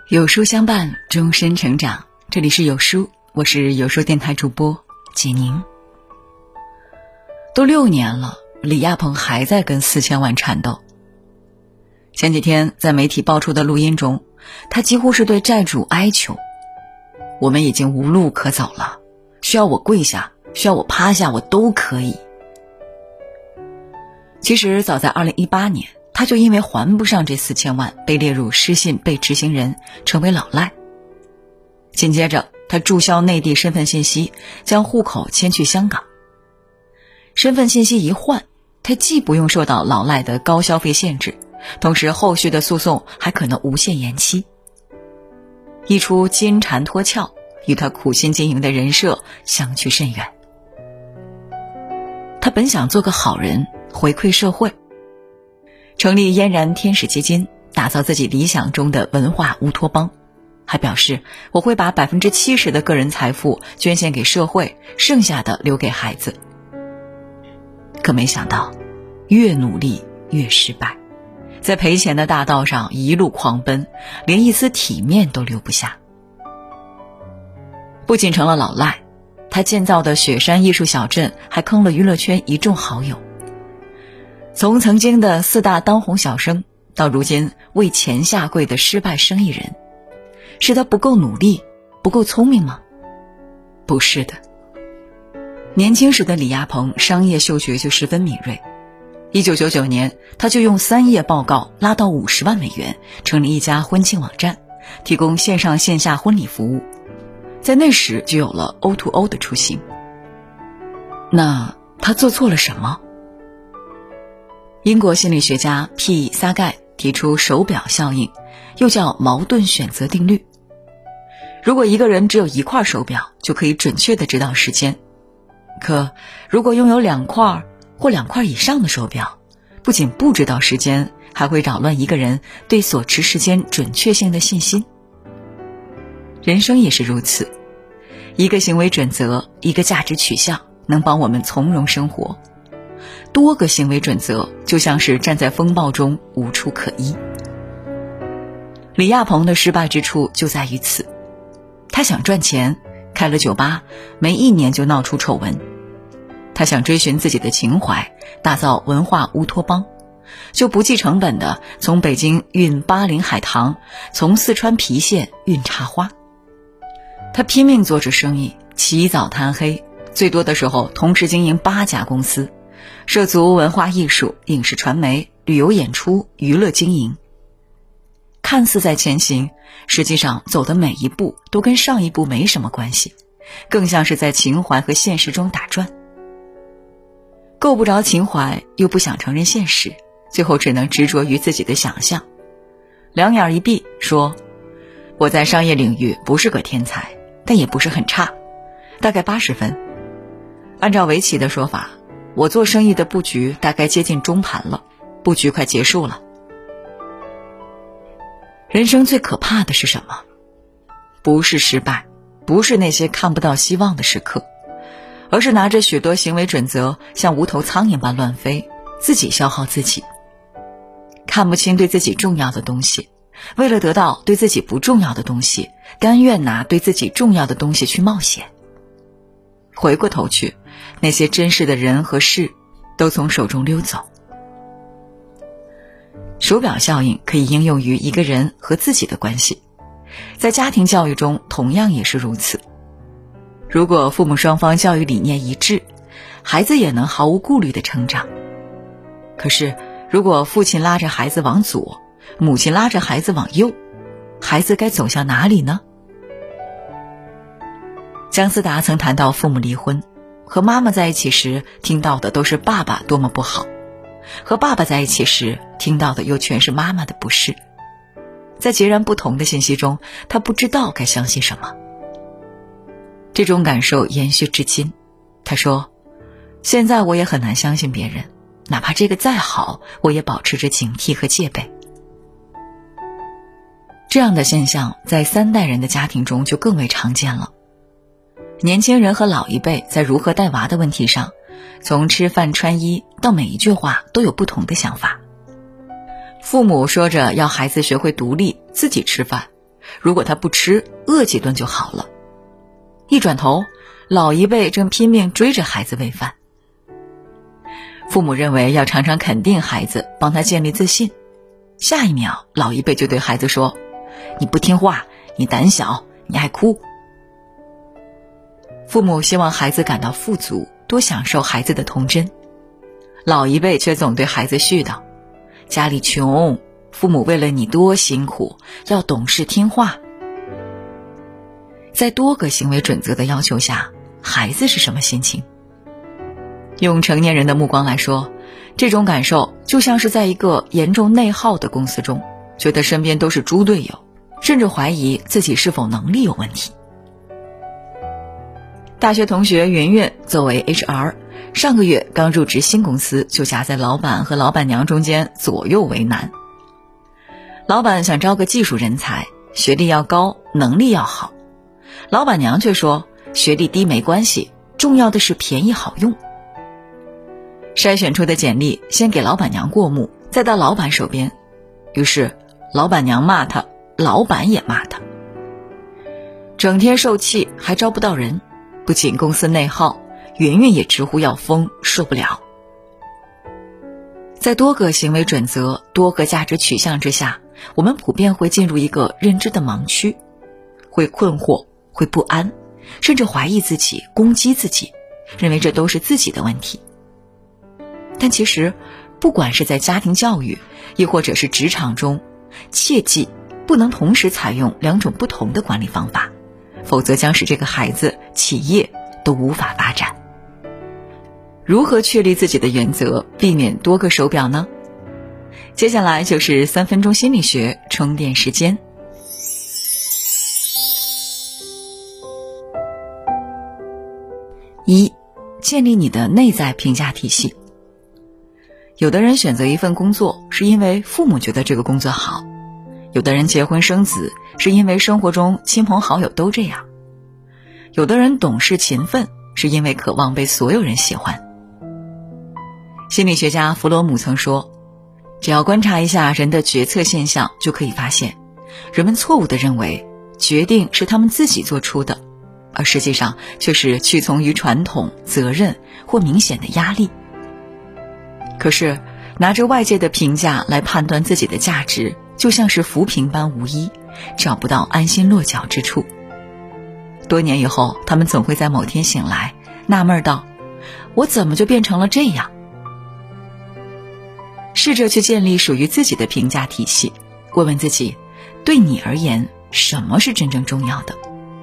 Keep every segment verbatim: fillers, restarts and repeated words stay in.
有书相伴，终身成长。这里是有书，我是有书电台主播简宁。都六年了，李亚鹏还在跟四千万缠斗。前几天在媒体爆出的录音中，他几乎是对债主哀求：我们已经无路可走了，需要我跪下，需要我趴下，我都可以。其实早在二零一八年，他就因为还不上这四千万，被列入失信被执行人，成为老赖。紧接着，他注销内地身份信息，将户口迁去香港。身份信息一换，他既不用受到老赖的高消费限制，同时后续的诉讼还可能无限延期。一出金蝉脱壳，与他苦心经营的人设相去甚远。他本想做个好人，回馈社会，成立嫣然天使基金，打造自己理想中的文化乌托邦，还表示我会把 百分之七十 的个人财富捐献给社会，剩下的留给孩子。可没想到，越努力越失败，在赔钱的大道上一路狂奔，连一丝体面都留不下。不仅成了老赖，他建造的雪山艺术小镇还坑了娱乐圈一众好友。从曾经的四大当红小生，到如今为钱下跪的失败生意人，是他不够努力，不够聪明吗？不是的。年轻时的李亚鹏商业嗅觉就十分敏锐。一九九九年，他就用三页报告拉到五十万美元，成立一家婚庆网站，提供线上线下婚礼服务。在那时就有了 O to O 的雏形。那他做错了什么？英国心理学家 P. 萨盖提出手表效应，又叫矛盾选择定律。如果一个人只有一块手表，就可以准确地知道时间。可如果拥有两块或两块以上的手表，不仅不知道时间，还会扰乱一个人对所持时间准确性的信心。人生也是如此，一个行为准则，一个价值取向，能帮我们从容生活。多个行为准则就像是站在风暴中无处可依。李亚鹏的失败之处就在于此，他想赚钱，开了酒吧，没一年就闹出丑闻。他想追寻自己的情怀，打造文化乌托邦，就不计成本的从北京运巴陵海棠，从四川郫县运茶花。他拼命做着生意，起早贪黑，最多的时候同时经营八家公司，涉足文化艺术、影视传媒、旅游演出、娱乐经营。看似在前行，实际上走的每一步都跟上一步没什么关系，更像是在情怀和现实中打转。够不着情怀，又不想承认现实，最后只能执着于自己的想象。两眼一闭，说：我在商业领域不是个天才，但也不是很差，大概八十分。按照围棋的说法，我做生意的布局大概接近中盘了，布局快结束了。人生最可怕的是什么？不是失败，不是那些看不到希望的时刻，而是拿着许多行为准则像无头苍蝇般乱飞，自己消耗自己。看不清对自己重要的东西，为了得到对自己不重要的东西，甘愿拿对自己重要的东西去冒险。回过头去，那些真实的人和事都从手中溜走。手表效应可以应用于一个人和自己的关系，在家庭教育中同样也是如此。如果父母双方教育理念一致，孩子也能毫无顾虑地成长。可是如果父亲拉着孩子往左，母亲拉着孩子往右，孩子该走向哪里呢？姜思达曾谈到父母离婚，和妈妈在一起时听到的都是爸爸多么不好，和爸爸在一起时听到的又全是妈妈的不是。在截然不同的信息中，他不知道该相信什么。这种感受延续至今。他说：现在我也很难相信别人，哪怕这个再好，我也保持着警惕和戒备。这样的现象在三代人的家庭中就更为常见了。年轻人和老一辈在如何带娃的问题上，从吃饭穿衣到每一句话都有不同的想法。父母说着要孩子学会独立，自己吃饭， 如果他不吃，饿几顿就好了。一转头，老一辈正拼命追着孩子喂饭。父母认为要常常肯定孩子，帮他建立自信，下一秒老一辈就对孩子说，你不听话，你胆小，你爱哭。父母希望孩子感到富足，多享受孩子的童真，老一辈却总对孩子絮叨，家里穷，父母为了你多辛苦，要懂事听话。在多个行为准则的要求下，孩子是什么心情？用成年人的目光来说，这种感受就像是在一个严重内耗的公司中，觉得身边都是猪队友，甚至怀疑自己是否能力有问题。大学同学圆圆作为 H R， 上个月刚入职新公司，就夹在老板和老板娘中间左右为难。老板想招个技术人才，学历要高，能力要好。老板娘却说，学历低没关系，重要的是便宜好用。筛选出的简历先给老板娘过目，再到老板手边，于是老板娘骂他，老板也骂他。整天受气，还招不到人，不仅公司内耗，圆圆也直呼要疯，受不了。在多个行为准则、多个价值取向之下，我们普遍会进入一个认知的盲区，会困惑，会不安，甚至怀疑自己，攻击自己，认为这都是自己的问题。但其实，不管是在家庭教育，亦或者是职场中，切记不能同时采用两种不同的管理方法，否则将使这个孩子、企业都无法发展。如何确立自己的原则，避免多个手表呢？接下来就是三分钟心理学充电时间。一、建立你的内在评价体系。有的人选择一份工作是因为父母觉得这个工作好，有的人结婚生子是因为生活中亲朋好友都这样，有的人懂事勤奋是因为渴望被所有人喜欢。心理学家弗洛姆曾说，只要观察一下人的决策现象，就可以发现人们错误地认为决定是他们自己做出的，而实际上却是屈从于传统、责任或明显的压力。可是拿着外界的评价来判断自己的价值，就像是浮萍般无依，找不到安心落脚之处。多年以后，他们总会在某天醒来，纳闷道，我怎么就变成了这样？试着去建立属于自己的评价体系，问问自己，对你而言，什么是真正重要的？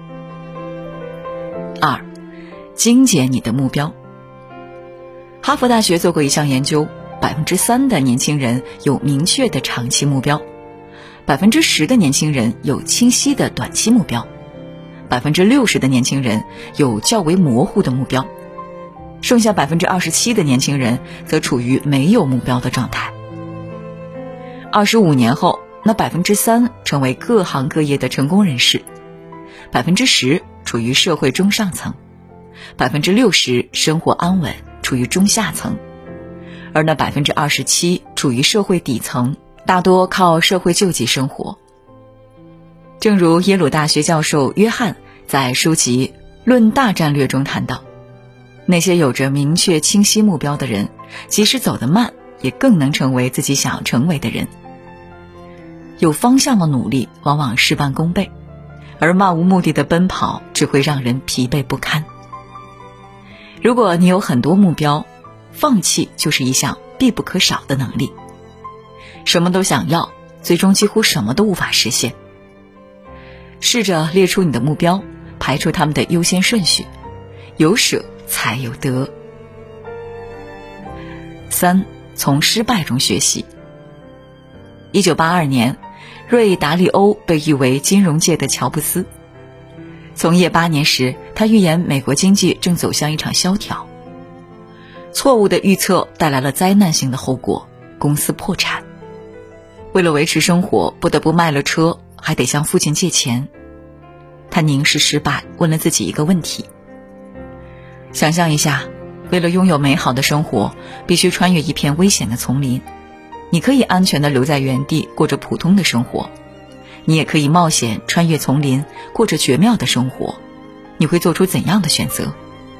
二、精简你的目标。哈佛大学做过一项研究， 百分之三 的年轻人有明确的长期目标， 百分之十 的年轻人有清晰的短期目标， 百分之六十 的年轻人有较为模糊的目标，剩下 百分之二十七 的年轻人则处于没有目标的状态。二十五年后，那 百分之三 成为各行各业的成功人士， 百分之十 处于社会中上层， 百分之六十 生活安稳，处于中下层，而那 百分之二十七 处于社会底层，大多靠社会救济生活。正如耶鲁大学教授约翰在书籍《论大战略》中谈到，那些有着明确清晰目标的人，即使走得慢，也更能成为自己想要成为的人。有方向的努力往往事半功倍，而漫无目的的奔跑只会让人疲惫不堪。如果你有很多目标，放弃就是一项必不可少的能力。什么都想要，最终几乎什么都无法实现。试着列出你的目标，排除他们的优先顺序，有舍才有得。三、从失败中学习。一九八二年，瑞达利欧被誉为金融界的乔布斯。从业八年时，他预言美国经济正走向一场萧条。错误的预测带来了灾难性的后果，公司破产。为了维持生活，不得不卖了车，还得向父亲借钱。他凝视失败，问了自己一个问题：想象一下，为了拥有美好的生活，必须穿越一片危险的丛林。你可以安全地留在原地，过着普通的生活， 你也可以冒险穿越丛林，过着绝妙的生活，你会做出怎样的选择？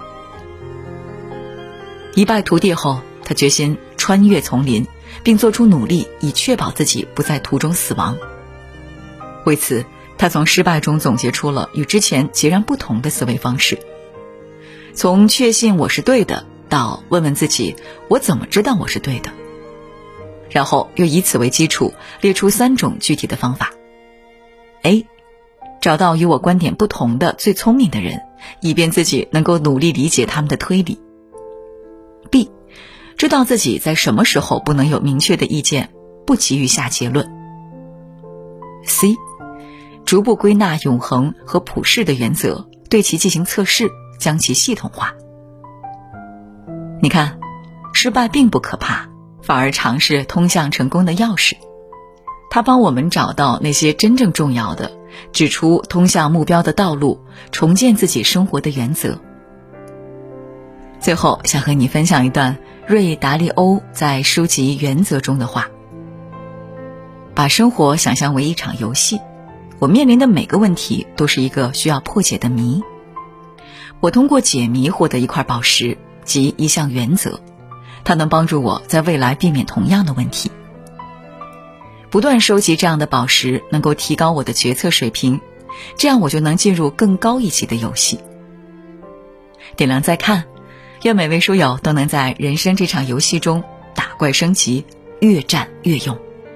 一败涂地后，他决心穿越丛林，并做出努力，以确保自己不在途中死亡。为此，他从失败中总结出了与之前截然不同的思维方式，从确信我是对的到问问自己，我怎么知道我是对的？然后又以此为基础列出三种具体的方法。 A. 找到与我观点不同的最聪明的人，以便自己能够努力理解他们的推理。 B. 知道自己在什么时候不能有明确的意见，不急于下结论。 C. 逐步归纳永恒和普世的原则，对其进行测试，将其系统化。你看，失败并不可怕，反而常是通向成功的钥匙。它帮我们找到那些真正重要的，指出通向目标的道路，重建自己生活的原则。最后，想和你分享一段瑞达利欧在书籍《原则》中的话：把生活想象为一场游戏，我面临的每个问题都是一个需要破解的谜。我通过解谜获得一块宝石，即一项原则，它能帮助我在未来避免同样的问题。不断收集这样的宝石，能够提高我的决策水平，这样我就能进入更高一级的游戏。点亮再看，愿每位书友都能在人生这场游戏中打怪升级，越战越勇。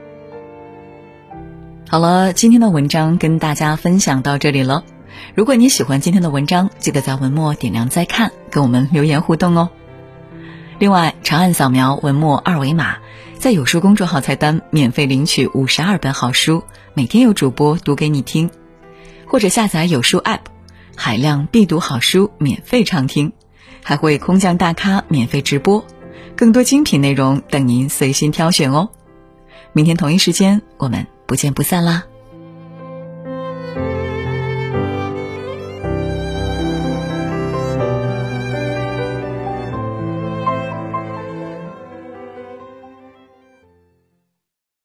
好了，今天的文章跟大家分享到这里了。如果你喜欢今天的文章，记得在文末点亮再看，跟我们留言互动哦。另外，长按扫描文末二维码，在有书公众号菜单免费领取五十二本好书，每天有主播读给你听，或者下载有书 App， 海量必读好书免费畅听，还会空降大咖免费直播，更多精品内容等您随心挑选哦。明天同一时间，我们不见不散啦。